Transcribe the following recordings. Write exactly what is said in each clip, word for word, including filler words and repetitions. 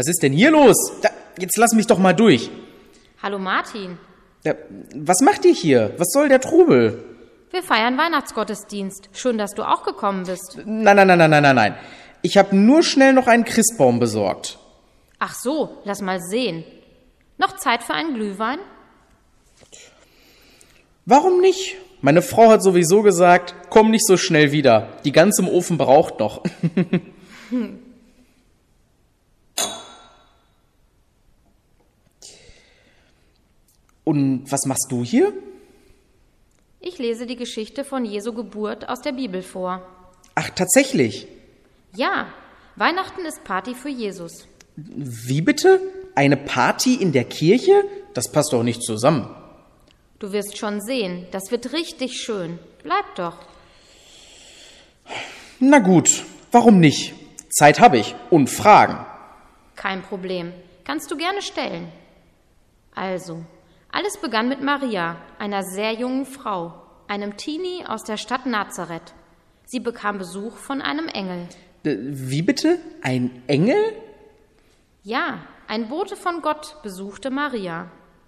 Was ist denn hier los? Da, jetzt lass mich doch mal durch. Hallo Martin. Da, was macht ihr hier? Was soll der Trubel? Wir feiern Weihnachtsgottesdienst. Schön, dass du auch gekommen bist. Nein, nein, nein, nein, nein, nein, nein. Ich habe nur schnell noch einen Christbaum besorgt. Ach so, lass mal sehen. Noch Zeit für einen Glühwein? Warum nicht? Meine Frau hat sowieso gesagt, komm nicht so schnell wieder. Die ganze im Ofen braucht noch. hm. Und was machst du hier? Ich lese die Geschichte von Jesu Geburt aus der Bibel vor. Ach, tatsächlich? Ja, Weihnachten ist Party für Jesus. Wie bitte? Eine Party in der Kirche? Das passt doch nicht zusammen. Du wirst schon sehen, das wird richtig schön. Bleib doch. Na gut, warum nicht? Zeit habe ich und Fragen. Kein Problem, kannst du gerne stellen. Also, alles begann mit Maria, einer sehr jungen Frau, einem Teenie aus der Stadt Nazareth. Sie bekam Besuch von einem Engel. Äh, wie bitte? Ein Engel? Ja, ein Bote von Gott besuchte Maria.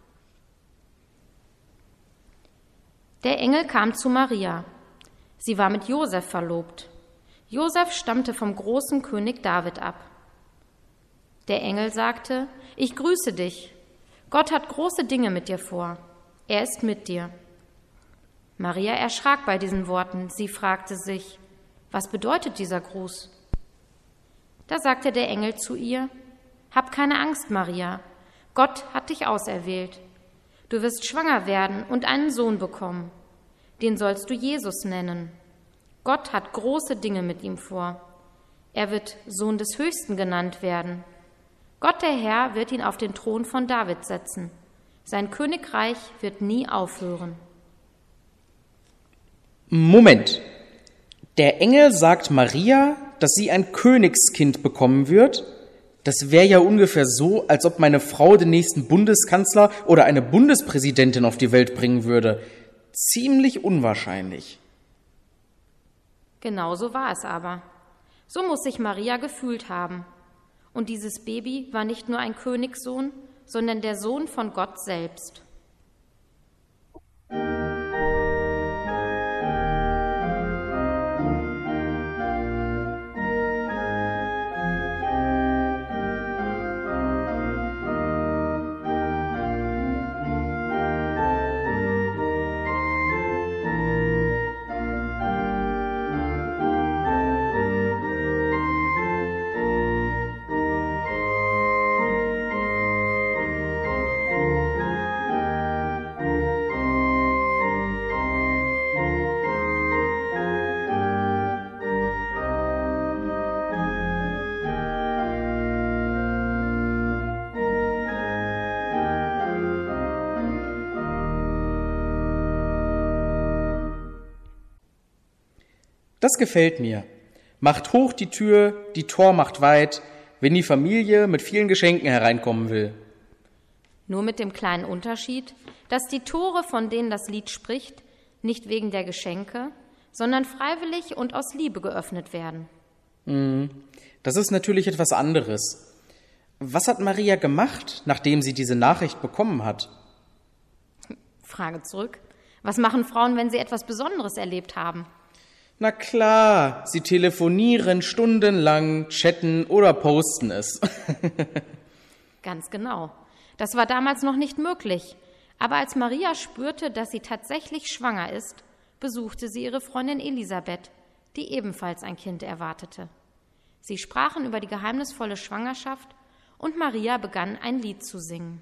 Der Engel kam zu Maria. Sie war mit Josef verlobt. Josef stammte vom großen König David ab. Der Engel sagte: Ich grüße dich. Gott hat große Dinge mit dir vor. Er ist mit dir. Maria erschrak bei diesen Worten. Sie fragte sich: Was bedeutet dieser Gruß? Da sagte der Engel zu ihr: Hab keine Angst, Maria. Gott hat dich auserwählt. Du wirst schwanger werden und einen Sohn bekommen. Den sollst du Jesus nennen. Gott hat große Dinge mit ihm vor. Er wird Sohn des Höchsten genannt werden. Gott der Herr wird ihn auf den Thron von David setzen. Sein Königreich wird nie aufhören. Moment. Der Engel sagt Maria, dass sie ein Königskind bekommen wird? Das wäre ja ungefähr so, als ob meine Frau den nächsten Bundeskanzler oder eine Bundespräsidentin auf die Welt bringen würde. Ziemlich unwahrscheinlich. Genau so war es aber. So muss sich Maria gefühlt haben. Und dieses Baby war nicht nur ein Königssohn, sondern der Sohn von Gott selbst. Das gefällt mir. Macht hoch die Tür, die Tor macht weit, wenn die Familie mit vielen Geschenken hereinkommen will. Nur mit dem kleinen Unterschied, dass die Tore, von denen das Lied spricht, nicht wegen der Geschenke, sondern freiwillig und aus Liebe geöffnet werden. Das ist natürlich etwas anderes. Was hat Maria gemacht, nachdem sie diese Nachricht bekommen hat? Frage zurück. Was machen Frauen, wenn sie etwas Besonderes erlebt haben? Na klar, sie telefonieren stundenlang, chatten oder posten es. Ganz genau. Das war damals noch nicht möglich. Aber als Maria spürte, dass sie tatsächlich schwanger ist, besuchte sie ihre Freundin Elisabeth, die ebenfalls ein Kind erwartete. Sie sprachen über die geheimnisvolle Schwangerschaft und Maria begann ein Lied zu singen.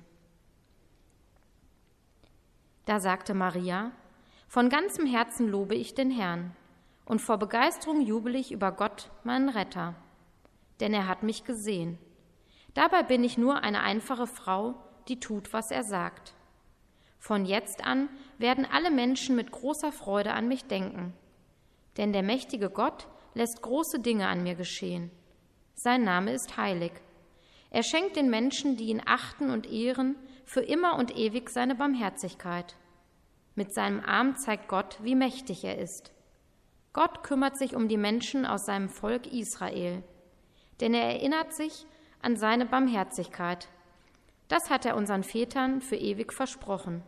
Da sagte Maria: Von ganzem Herzen lobe ich den Herrn. Und vor Begeisterung jubel ich über Gott, meinen Retter. Denn er hat mich gesehen. Dabei bin ich nur eine einfache Frau, die tut, was er sagt. Von jetzt an werden alle Menschen mit großer Freude an mich denken. Denn der mächtige Gott lässt große Dinge an mir geschehen. Sein Name ist heilig. Er schenkt den Menschen, die ihn achten und ehren, für immer und ewig seine Barmherzigkeit. Mit seinem Arm zeigt Gott, wie mächtig er ist. Gott kümmert sich um die Menschen aus seinem Volk Israel, denn er erinnert sich an seine Barmherzigkeit. Das hat er unseren Vätern für ewig versprochen.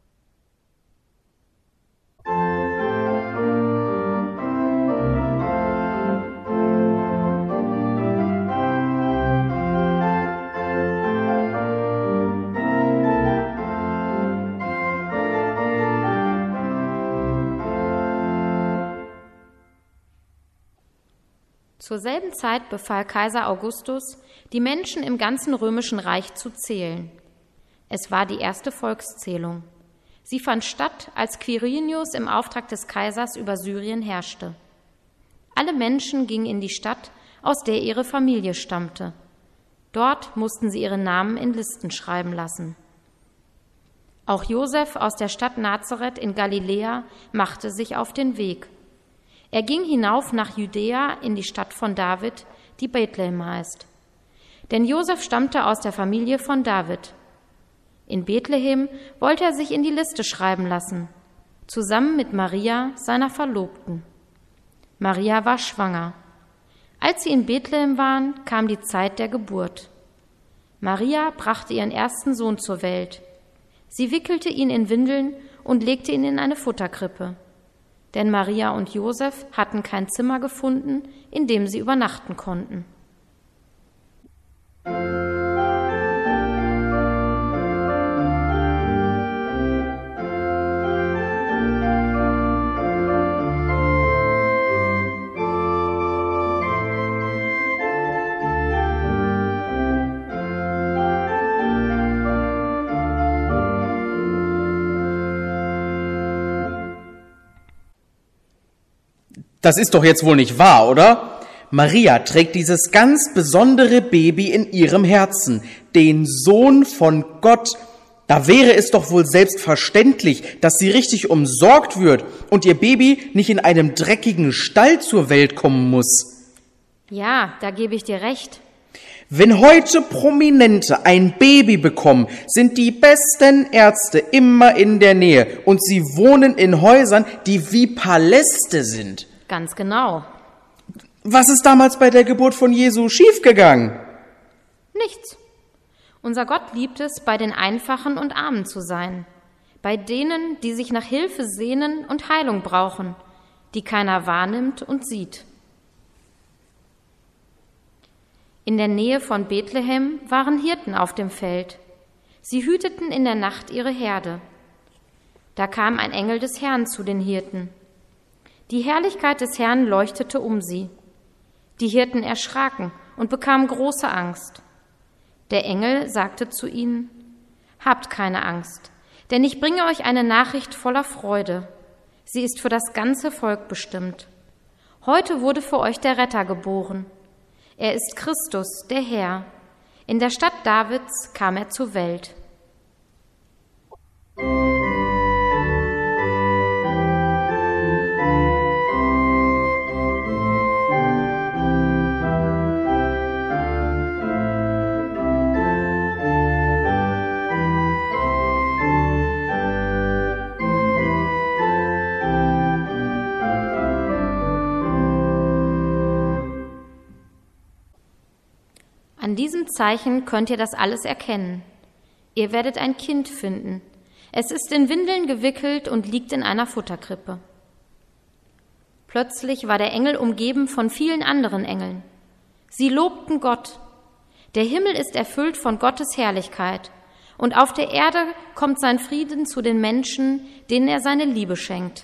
Zur selben Zeit befahl Kaiser Augustus, die Menschen im ganzen römischen Reich zu zählen. Es war die erste Volkszählung. Sie fand statt, als Quirinius im Auftrag des Kaisers über Syrien herrschte. Alle Menschen gingen in die Stadt, aus der ihre Familie stammte. Dort mussten sie ihre Namen in Listen schreiben lassen. Auch Josef aus der Stadt Nazareth in Galiläa machte sich auf den Weg. Er ging hinauf nach Judäa in die Stadt von David, die Bethlehem heißt. Denn Josef stammte aus der Familie von David. In Bethlehem wollte er sich in die Liste schreiben lassen, zusammen mit Maria, seiner Verlobten. Maria war schwanger. Als sie in Bethlehem waren, kam die Zeit der Geburt. Maria brachte ihren ersten Sohn zur Welt. Sie wickelte ihn in Windeln und legte ihn in eine Futterkrippe. Denn Maria und Josef hatten kein Zimmer gefunden, in dem sie übernachten konnten. Das ist doch jetzt wohl nicht wahr, oder? Maria trägt dieses ganz besondere Baby in ihrem Herzen, den Sohn von Gott. Da wäre es doch wohl selbstverständlich, dass sie richtig umsorgt wird und ihr Baby nicht in einem dreckigen Stall zur Welt kommen muss. Ja, da gebe ich dir recht. Wenn heute Prominente ein Baby bekommen, sind die besten Ärzte immer in der Nähe und sie wohnen in Häusern, die wie Paläste sind. Ganz genau. Was ist damals bei der Geburt von Jesu schiefgegangen? Nichts. Unser Gott liebt es, bei den Einfachen und Armen zu sein, bei denen, die sich nach Hilfe sehnen und Heilung brauchen, die keiner wahrnimmt und sieht. In der Nähe von Bethlehem waren Hirten auf dem Feld. Sie hüteten in der Nacht ihre Herde. Da kam ein Engel des Herrn zu den Hirten. Die Herrlichkeit des Herrn leuchtete um sie. Die Hirten erschraken und bekamen große Angst. Der Engel sagte zu ihnen: Habt keine Angst, denn ich bringe euch eine Nachricht voller Freude. Sie ist für das ganze Volk bestimmt. Heute wurde für euch der Retter geboren. Er ist Christus, der Herr. In der Stadt Davids kam er zur Welt. An diesem Zeichen könnt ihr das alles erkennen. Ihr werdet ein Kind finden. Es ist in Windeln gewickelt und liegt in einer Futterkrippe. Plötzlich war der Engel umgeben von vielen anderen Engeln. Sie lobten Gott. Der Himmel ist erfüllt von Gottes Herrlichkeit, und auf der Erde kommt sein Frieden zu den Menschen, denen er seine Liebe schenkt.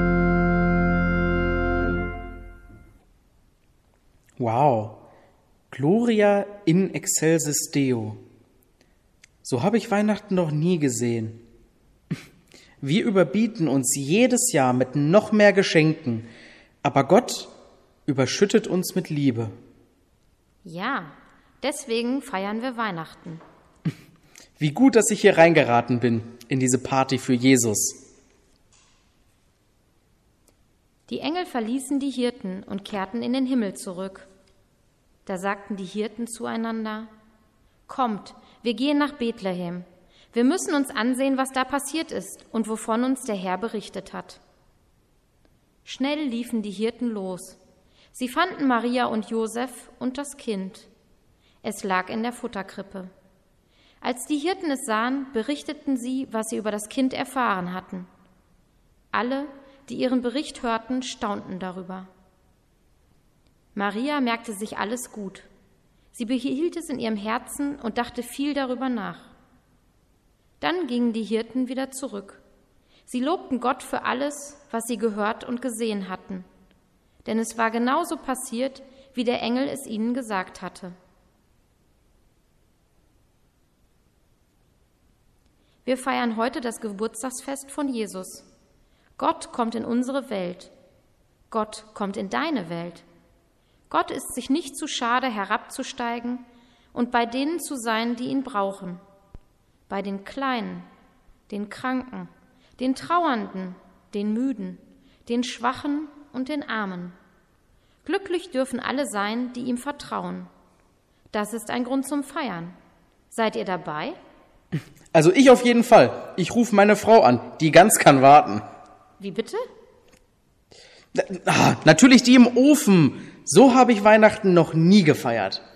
Wow, Gloria in excelsis Deo. So habe ich Weihnachten noch nie gesehen. Wir überbieten uns jedes Jahr mit noch mehr Geschenken, aber Gott überschüttet uns mit Liebe. Ja, deswegen feiern wir Weihnachten. Wie gut, dass ich hier reingeraten bin in diese Party für Jesus. Die Engel verließen die Hirten und kehrten in den Himmel zurück. Da sagten die Hirten zueinander: Kommt, wir gehen nach Bethlehem. Wir müssen uns ansehen, was da passiert ist und wovon uns der Herr berichtet hat. Schnell liefen die Hirten los. Sie fanden Maria und Josef und das Kind. Es lag in der Futterkrippe. Als die Hirten es sahen, berichteten sie, was sie über das Kind erfahren hatten. Alle, die ihren Bericht hörten, staunten darüber. Maria merkte sich alles gut. Sie behielt es in ihrem Herzen und dachte viel darüber nach. Dann gingen die Hirten wieder zurück. Sie lobten Gott für alles, was sie gehört und gesehen hatten. Denn es war genauso passiert, wie der Engel es ihnen gesagt hatte. Wir feiern heute das Geburtstagsfest von Jesus. Gott kommt in unsere Welt. Gott kommt in deine Welt. Gott ist sich nicht zu schade, herabzusteigen und bei denen zu sein, die ihn brauchen. Bei den Kleinen, den Kranken, den Trauernden, den Müden, den Schwachen und den Armen. Glücklich dürfen alle sein, die ihm vertrauen. Das ist ein Grund zum Feiern. Seid ihr dabei? Also ich auf jeden Fall. Ich rufe meine Frau an. Die Gans kann warten. Wie bitte? Ah, natürlich die im Ofen. So habe ich Weihnachten noch nie gefeiert.